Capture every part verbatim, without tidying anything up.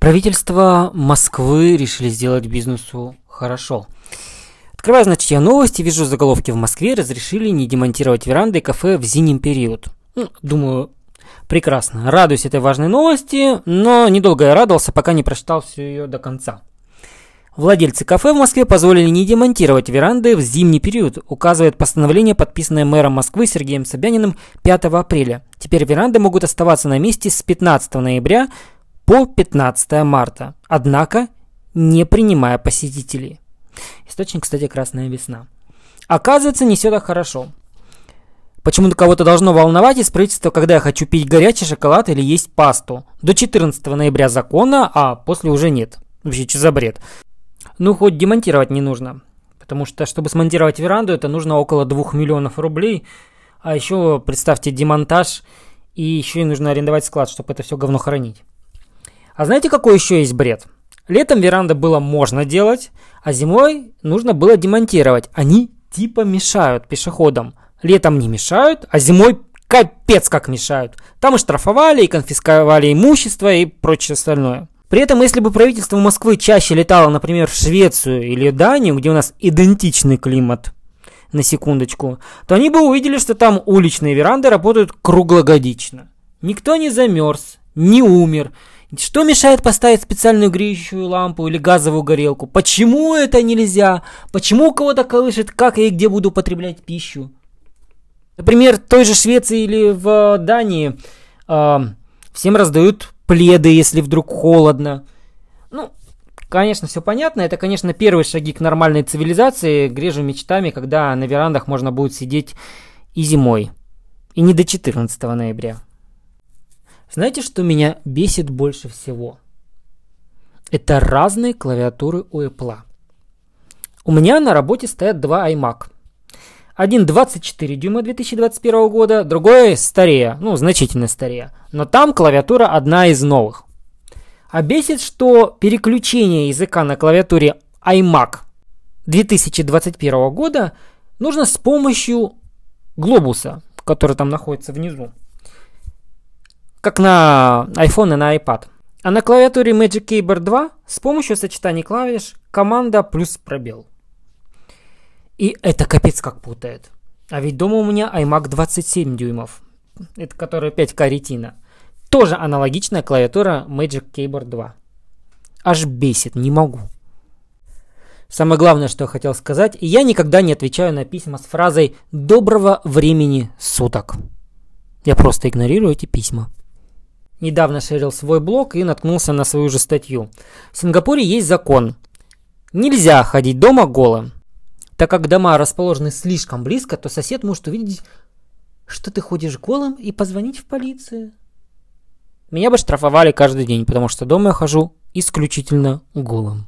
Правительство Москвы решили сделать бизнесу хорошо. Открываю, значит, я новости, вижу заголовки: в Москве разрешили не демонтировать веранды и кафе в зимний период. Ну, думаю, прекрасно. Радуюсь этой важной новости, но недолго я радовался, пока не прочитал всю ее до конца. Владельцы кафе в Москве позволили не демонтировать веранды в зимний период, указывает постановление, подписанное мэром Москвы Сергеем Собяниным пятого апреля. Теперь веранды могут оставаться на месте с пятнадцатого ноября по пятнадцатое марта, однако не принимая посетителей. Источник, кстати, «Красная весна». Оказывается, не все так хорошо. Почему-то кого-то должно волновать из правительства, когда я хочу пить горячий шоколад или есть пасту. До четырнадцатого ноября законно, а после уже нет. Вообще, что за бред? Ну, хоть демонтировать не нужно. Потому что, чтобы смонтировать веранду, это нужно около двух миллионов рублей. А еще, представьте, демонтаж. И еще и нужно арендовать склад, чтобы это все говно хранить. А знаете, какой еще есть бред? Летом веранды было можно делать, а зимой нужно было демонтировать. Они типа мешают пешеходам. Летом не мешают, а зимой капец как мешают. Там и штрафовали, и конфисковали имущество, и прочее остальное. При этом, если бы правительство Москвы чаще летало, например, в Швецию или Данию, где у нас идентичный климат, на секундочку, то они бы увидели, что там уличные веранды работают круглогодично. Никто не замерз, не умер. Что мешает поставить специальную греющую лампу или газовую горелку? Почему это нельзя? Почему у кого-то колышет, как я и где буду употреблять пищу? Например, в той же Швеции или в Дании э, всем раздают пледы, если вдруг холодно. Ну, конечно, все понятно. Это, конечно, первые шаги к нормальной цивилизации. Грежу мечтами, когда на верандах можно будет сидеть и зимой. И не до четырнадцатого ноября. Знаете, что меня бесит больше всего? Это разные клавиатуры у Apple. У меня на работе стоят два iMac. Один двадцать четыре дюйма две тысячи двадцать первого года, другой старее, ну, значительно старее. Но там клавиатура одна из новых. А бесит, что переключение языка на клавиатуре iMac две тысячи двадцать первого года нужно с помощью глобуса, который там находится внизу. Как на iPhone и на iPad. А на клавиатуре Magic Keyboard два с помощью сочетания клавиш команда плюс пробел. И это капец как путает. А ведь дома у меня iMac двадцать семь дюймов. Это который пять ка ретина. Тоже аналогичная клавиатура Magic Keyboard два. Аж бесит, не могу. Самое главное, что я хотел сказать, я никогда не отвечаю на письма с фразой «доброго времени суток». Я просто игнорирую эти письма. Недавно шерил свой блог и наткнулся на свою же статью. В Сингапуре есть закон. Нельзя ходить дома голым. Так как дома расположены слишком близко, то сосед может увидеть, что ты ходишь голым, и позвонить в полицию. Меня бы штрафовали каждый день, потому что дома я хожу исключительно голым.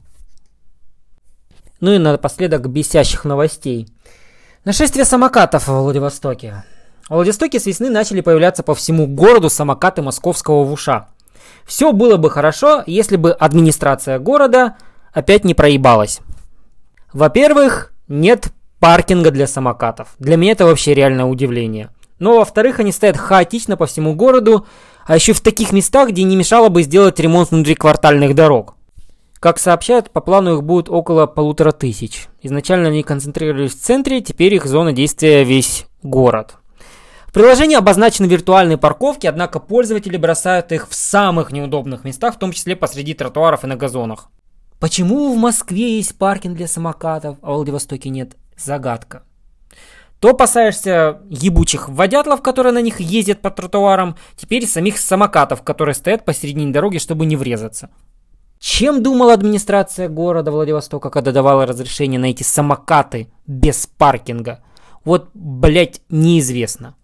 Ну и напоследок бесящих новостей. Нашествие самокатов во Владивостоке. В Владивостоке с весны начали появляться по всему городу самокаты московского ВУШа. Все было бы хорошо, если бы администрация города опять не проебалась. Во-первых, нет паркинга для самокатов. Для меня это вообще реальное удивление. Но во-вторых, они стоят хаотично по всему городу, а еще в таких местах, где не мешало бы сделать ремонт внутриквартальных дорог. Как сообщают, по плану их будет около полутора тысяч. Изначально они концентрировались в центре, теперь их зона действия весь город. В приложении обозначены виртуальные парковки, однако пользователи бросают их в самых неудобных местах, в том числе посреди тротуаров и на газонах. Почему в Москве есть паркинг для самокатов, а в Владивостоке нет? Загадка. То опасаешься ебучих водятлов, которые на них ездят по тротуарам, теперь самих самокатов, которые стоят посередине дороги, чтобы не врезаться. Чем думала администрация города Владивостока, когда давала разрешение на эти самокаты без паркинга? Вот, блять, неизвестно.